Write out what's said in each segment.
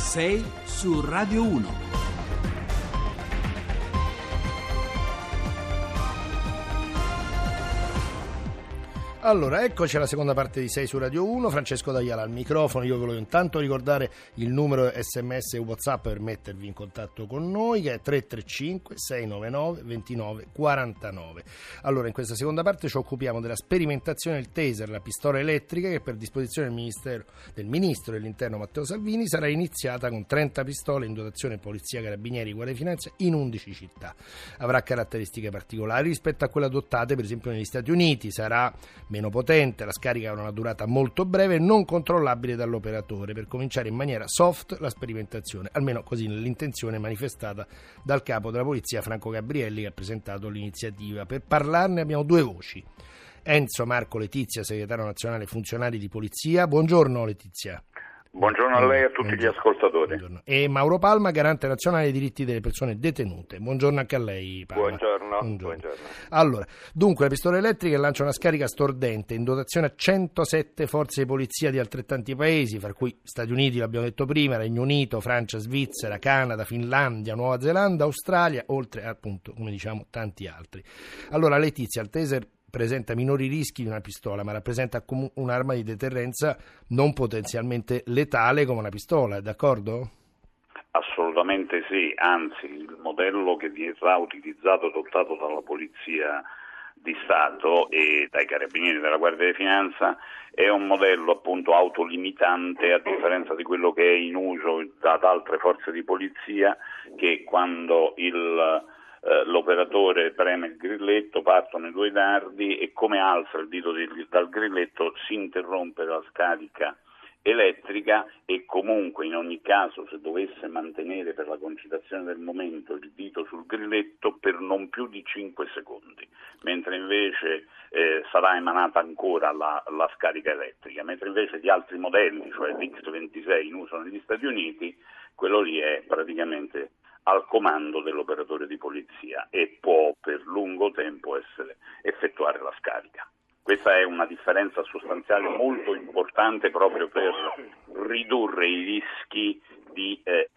6 su Radio 1. Allora, eccoci alla seconda parte di 6 su Radio 1, Francesco D'Aiala al microfono. Io volevo intanto ricordare il numero SMS e WhatsApp per mettervi in contatto con noi, che è 335-699-2949. Allora, in questa seconda parte ci occupiamo della sperimentazione del taser, la pistola elettrica, che per disposizione del Ministro dell'Interno Matteo Salvini sarà iniziata con 30 pistole in dotazione Polizia, Carabinieri, Guardia di Finanza in 11 città. Avrà caratteristiche particolari rispetto a quelle adottate per esempio negli Stati Uniti, sarà meno potente, la scarica avrà una durata molto breve e non controllabile dall'operatore, per cominciare in maniera soft la sperimentazione, almeno così nell'intenzione manifestata dal capo della polizia Franco Gabrielli, che ha presentato l'iniziativa. Per parlarne abbiamo due voci: Enzo Marco Letizia, segretario nazionale funzionari di polizia. Buongiorno Letizia. Buongiorno a lei e a tutti gli ascoltatori. Buongiorno. E Mauro Palma, garante nazionale dei diritti delle persone detenute. Buongiorno anche a lei, Palma. Buongiorno. Allora, dunque, la pistola elettrica lancia una scarica stordente in dotazione a 107 forze di polizia di altrettanti paesi, fra cui Stati Uniti, l'abbiamo detto prima, Regno Unito, Francia, Svizzera, Canada, Finlandia, Nuova Zelanda, Australia, oltre appunto, come diciamo, tanti altri. Allora, Letizia, il taser presenta minori rischi di una pistola, ma rappresenta un'arma di deterrenza non potenzialmente letale come una pistola, è d'accordo? Assolutamente sì, anzi il modello che verrà utilizzato, adottato dalla Polizia di Stato e dai Carabinieri della Guardia di Finanza è un modello appunto autolimitante, a differenza di quello che è in uso da altre forze di polizia, che quando l'operatore preme il grilletto, partono i due dardi e come alza il dito dal grilletto si interrompe la scarica elettrica e comunque in ogni caso se dovesse mantenere per la concitazione del momento il dito sul grilletto per non più di 5 secondi, mentre invece sarà emanata ancora la scarica elettrica, mentre invece gli altri modelli, cioè l'X26 in uso negli Stati Uniti, quello lì è praticamente al comando dell'operatore di polizia e può per lungo tempo effettuare la scarica. Questa è una differenza sostanziale molto importante proprio per ridurre i rischi di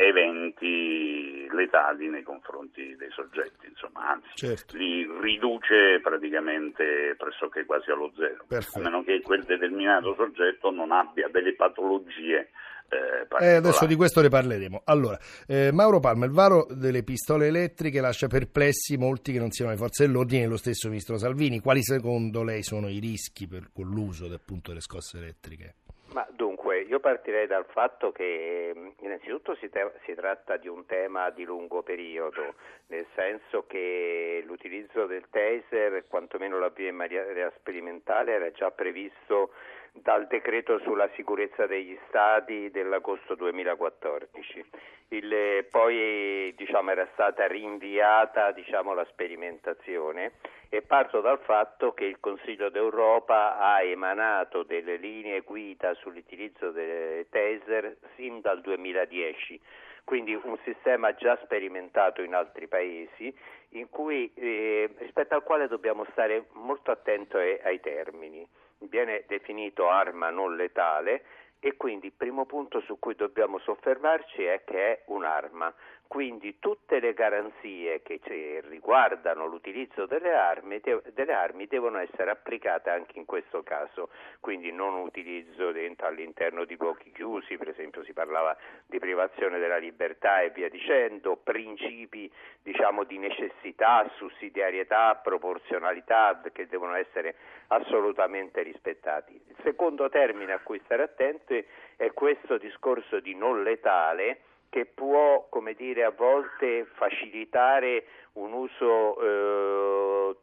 eventi letali nei confronti dei soggetti, insomma, anzi, certo, li riduce praticamente pressoché quasi allo zero. Perfetto. A meno che quel determinato soggetto non abbia delle patologie adesso di questo ne parleremo. Allora, Mauro Palma, il varo delle pistole elettriche lascia perplessi molti che non siano le forze dell'ordine e lo stesso ministro Salvini. Quali secondo lei sono i rischi con l'uso appunto delle scosse elettriche? Ma dunque, io partirei dal fatto che innanzitutto si tratta di un tema di lungo periodo, nel senso che l'utilizzo del taser, quantomeno l'avvio in maniera sperimentale, era già previsto dal decreto sulla sicurezza degli stati dell'agosto 2014. Poi era stata rinviata la sperimentazione e parto dal fatto che il Consiglio d'Europa ha emanato delle linee guida sull'utilizzo dei taser sin dal 2010. Quindi un sistema già sperimentato in altri paesi, in cui rispetto al quale dobbiamo stare molto attenti ai termini. Viene definito arma non letale e quindi il primo punto su cui dobbiamo soffermarci è che è un'arma. Quindi tutte le garanzie che riguardano l'utilizzo delle armi devono essere applicate anche in questo caso, quindi non utilizzo all'interno di luoghi chiusi, per esempio si parlava di privazione della libertà e via dicendo, principi di necessità, sussidiarietà, proporzionalità che devono essere assolutamente rispettati. Il secondo termine a cui stare attenti è questo discorso di non letale, che può, a volte facilitare un uso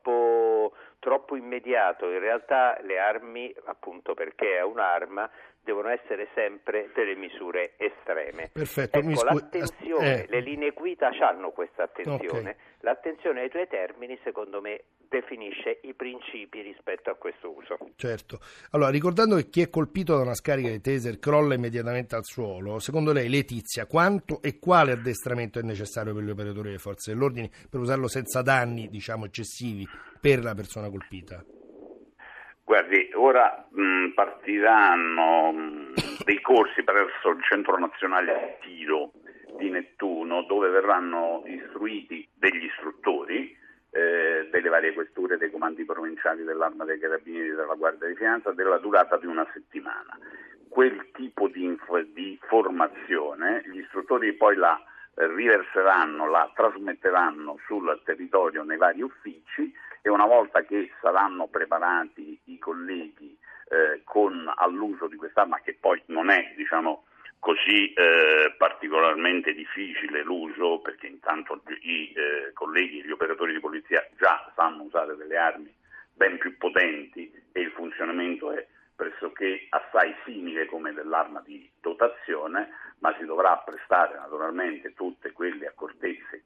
troppo immediato. In realtà le armi, appunto perché è un'arma, devono essere sempre delle misure estreme. Perfetto. L'attenzione, le linee guida hanno questa attenzione. Okay. L'attenzione ai due termini, secondo me, definisce i principi rispetto a questo uso. Certo. Allora, ricordando che chi è colpito da una scarica di taser crolla immediatamente al suolo, secondo lei, Letizia, quanto e quale addestramento è necessario per gli operatori delle forze dell'ordine per usarlo senza danni, eccessivi per la persona colpita? Guardi, ora partiranno dei corsi presso il Centro Nazionale di Tiro di Nettuno, dove verranno istruiti degli istruttori delle varie questure, dei comandi provinciali dell'Arma dei Carabinieri e della Guardia di Finanza, della durata di una settimana. Quel tipo di formazione gli istruttori poi la riverseranno, la trasmetteranno sul territorio nei vari uffici, e una volta che saranno preparati i colleghi all'uso di quest'arma, che poi non è, così particolarmente difficile l'uso, perché intanto i colleghi, gli operatori di polizia già sanno usare delle armi ben più potenti, e il funzionamento è pressoché assai simile come dell'arma di dotazione, ma si dovrà prestare naturalmente tutte quelle accortezze,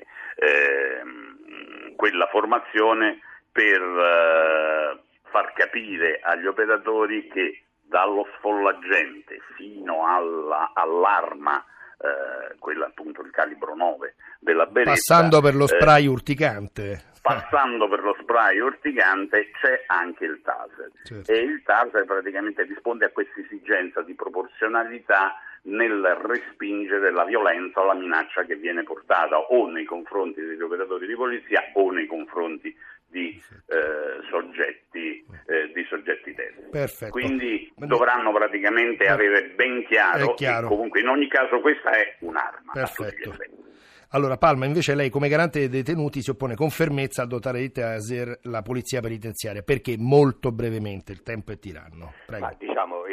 quella formazione per far capire agli operatori che dallo sfollagente fino all'arma, quella appunto il calibro 9 della beretta, passando per lo spray urticante. Passando per lo spray urticante c'è anche il taser, certo. E il taser praticamente risponde a questa esigenza di proporzionalità nel respingere la violenza o la minaccia che viene portata o nei confronti degli operatori di polizia o nei confronti di soggetti terzi. Perfetto. Quindi dovranno praticamente avere ben chiaro che comunque in ogni caso questa è un'arma. Perfetto. Allora Palma, invece lei come garante dei detenuti si oppone con fermezza a dotare di taser la polizia penitenziaria. Perché? Molto brevemente, il tempo è tiranno. Prego. Ma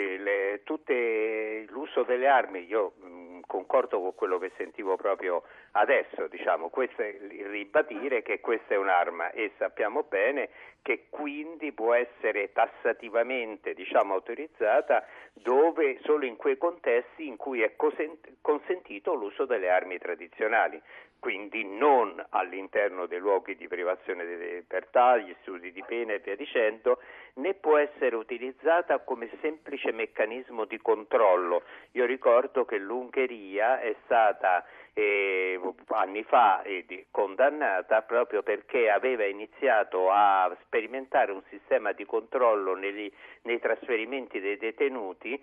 l'uso delle armi, io concordo con quello che sentivo proprio adesso, questo è ribadire che questa è un'arma e sappiamo bene che quindi può essere tassativamente autorizzata solo in quei contesti in cui è consentito l'uso delle armi tradizionali, quindi non all'interno dei luoghi di privazione di libertà, gli istituti di pena e via dicendo, né può essere utilizzata come semplice meccanismo di controllo. Io ricordo che l'Ungheria è stata anni fa condannata proprio perché aveva iniziato a sperimentare un sistema di controllo nei trasferimenti dei detenuti,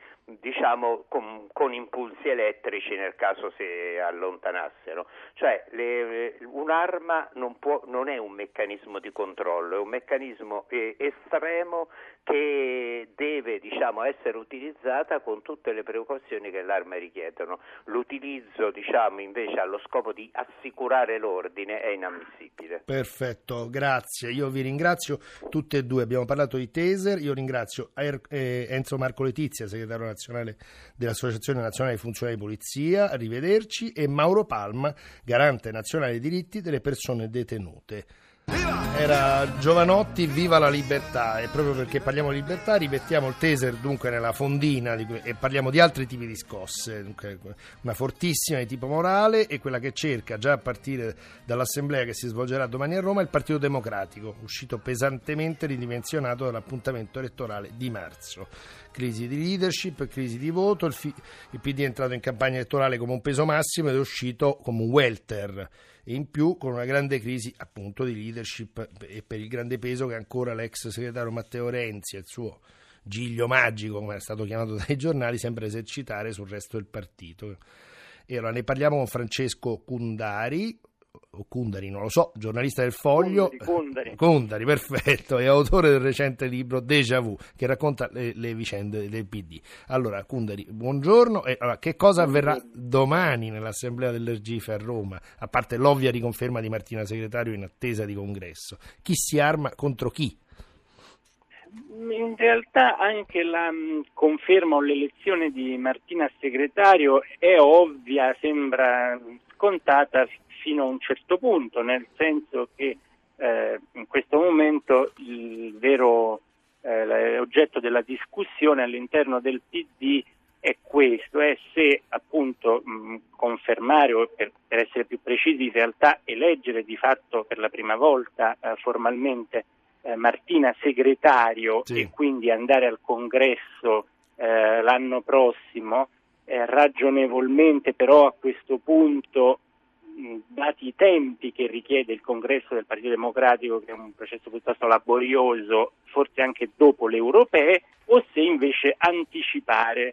con impulsi elettrici nel caso si allontanassero. Cioè un'arma non è un meccanismo di controllo, è un meccanismo estremo che deve essere utilizzata con tutte le precauzioni che l'arma richiedono. L'utilizzo invece allo scopo di assicurare l'ordine è inammissibile. Perfetto, grazie. Io vi ringrazio tutte e due. Abbiamo parlato di taser. Io ringrazio Enzo Marco Letizia, segretario nazionale dell'Associazione Nazionale dei Funzionari di Polizia, arrivederci, e Mauro Palma, garante nazionale dei diritti delle persone detenute. Era Giovanotti, viva la libertà, e proprio perché parliamo di libertà rimettiamo il taser dunque nella fondina e parliamo di altri tipi di scosse, dunque una fortissima di tipo morale, e quella che cerca già a partire dall'assemblea che si svolgerà domani a Roma il Partito Democratico, uscito pesantemente ridimensionato dall'appuntamento elettorale di marzo. Crisi di leadership, crisi di voto, il PD è entrato in campagna elettorale come un peso massimo ed è uscito come un welter, e in più con una grande crisi appunto di leadership, e per il grande peso che ancora l'ex segretario Matteo Renzi e il suo giglio magico, come è stato chiamato dai giornali, sembra esercitare sul resto del partito. E allora ne parliamo con Francesco Cundari, o Cundari, non lo so, giornalista del Foglio. Cundari, perfetto, e autore del recente libro Déjà Vu, che racconta le vicende del PD. Allora, Cundari, buongiorno. E allora, che cosa avverrà domani nell'assemblea dell'Ergife a Roma, a parte l'ovvia riconferma di Martina Segretario in attesa di congresso? Chi si arma contro chi? In realtà anche la conferma o l'elezione di Martina Segretario è ovvia, sembra scontata fino a un certo punto, nel senso che in questo momento il vero oggetto della discussione all'interno del PD è questo, è se appunto confermare, o per essere più precisi in realtà eleggere di fatto per la prima volta formalmente Martina Segretario, sì, e quindi andare al congresso l'anno prossimo, ragionevolmente però a questo punto, dati i tempi che richiede il congresso del Partito Democratico, che è un processo piuttosto laborioso, forse anche dopo le europee, o se invece anticipare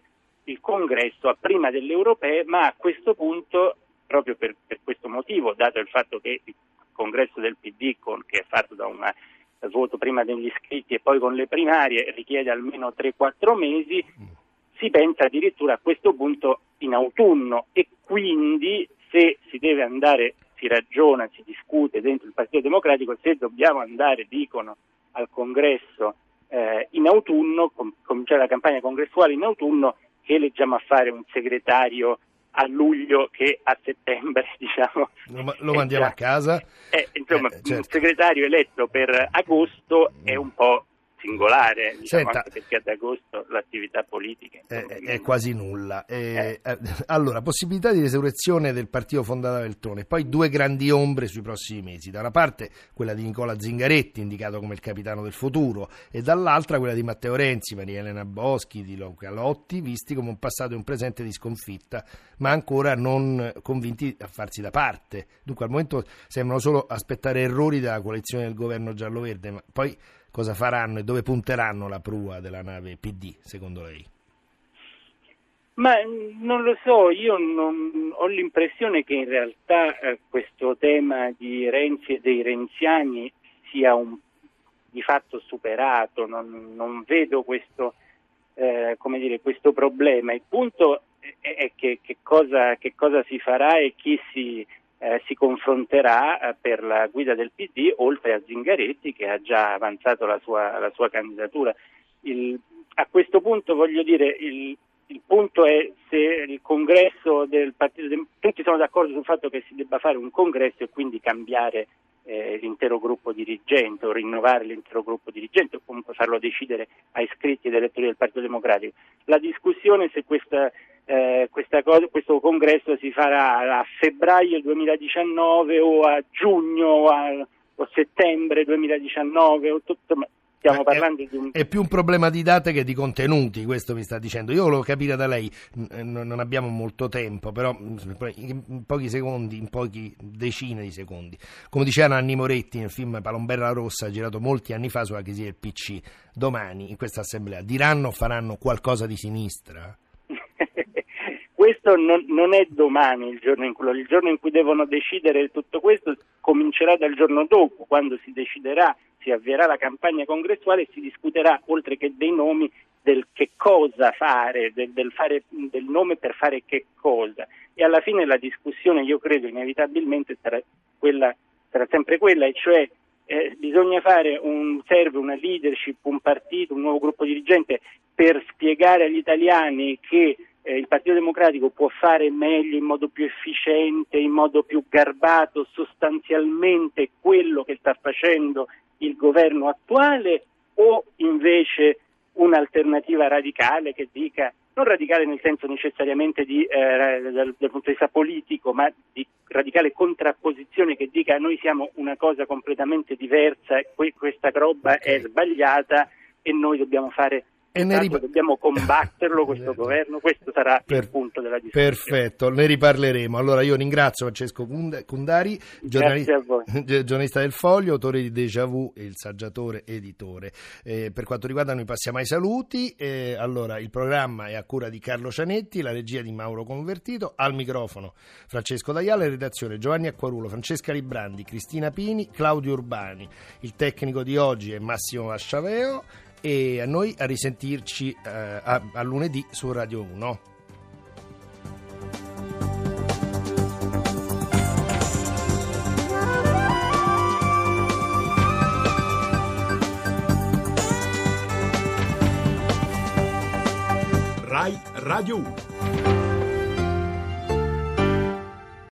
il congresso prima delle europee, ma a questo punto, proprio per questo motivo, dato il fatto che il congresso del PD, che è fatto da un voto prima degli iscritti e poi con le primarie, richiede almeno 3-4 mesi, si pensa addirittura a questo punto in autunno, e quindi se si deve andare, si ragiona, si discute dentro il Partito Democratico se dobbiamo andare, dicono, al congresso in autunno, cominciare la campagna congressuale in autunno, che leggiamo a fare un segretario a luglio che a settembre, diciamo, lo mandiamo a casa. Certo. Un segretario eletto per agosto è un po' singolare, diciamo, anche perché ad agosto l'attività politica è quasi nulla. Allora, possibilità di resurrezione del partito fondato da Veltroni, poi due grandi ombre sui prossimi mesi: da una parte quella di Nicola Zingaretti, indicato come il capitano del futuro, e dall'altra quella di Matteo Renzi, Maria Elena Boschi, di Luca Lotti, visti come un passato e un presente di sconfitta, ma ancora non convinti a farsi da parte. Dunque al momento sembrano solo aspettare errori dalla coalizione del governo giallo-verde, ma poi cosa faranno e dove punteranno la prua della nave PD, secondo lei? Ma non lo so, io ho l'impressione che in realtà questo tema di Renzi e dei renziani sia di fatto superato, non vedo questo questo problema. Il punto è che cosa si farà e chi si confronterà per la guida del PD, oltre a Zingaretti, che ha già avanzato la sua candidatura. A questo punto, voglio dire, il punto è se il congresso del partito, tutti sono d'accordo sul fatto che si debba fare un congresso e quindi cambiare l'intero gruppo dirigente, o rinnovare l'intero gruppo dirigente, o comunque farlo decidere ai iscritti ed elettori del Partito Democratico. La discussione se questo congresso si farà a febbraio 2019 o a giugno o settembre 2019 stiamo parlando di è più un problema di date che di contenuti, questo mi sta dicendo. Io volevo capire da lei, non abbiamo molto tempo, però in pochi secondi, in pochi decine di secondi, come diceva Nanni Moretti nel film Palombella Rossa, girato molti anni fa sulla crisi del PC, domani in questa assemblea diranno o faranno qualcosa di sinistra? Questo non è domani il giorno in cui devono decidere tutto questo, comincerà dal giorno dopo, quando si deciderà, si avvierà la campagna congressuale e si discuterà, oltre che dei nomi, del che cosa fare, del nome per fare che cosa. E alla fine la discussione, io credo, inevitabilmente sarà sempre quella, e cioè serve una leadership, un partito, un nuovo gruppo dirigente per spiegare agli italiani che il Partito Democratico può fare meglio, in modo più efficiente, in modo più garbato, sostanzialmente quello che sta facendo il governo attuale, o invece un'alternativa radicale che dica, non radicale nel senso necessariamente dal punto di vista politico, ma di radicale contrapposizione, che dica noi siamo una cosa completamente diversa, questa roba è sbagliata e noi dobbiamo fare dobbiamo combatterlo questo governo. Questo sarà il punto della discussione. Perfetto, ne riparleremo. Allora io ringrazio Francesco Cundari, giornalista del Foglio, autore di Déjà Vu e il saggiatore editore. Per quanto riguarda noi passiamo ai saluti. Allora il programma è a cura di Carlo Cianetti, la regia di Mauro Convertito, al microfono Francesco D'Aiala, redazione Giovanni Acquarulo, Francesca Librandi, Cristina Pini, Claudio Urbani. Il tecnico di oggi è Massimo Vasciaveo. E a noi a risentirci a lunedì su Radio 1. Rai Radio 1.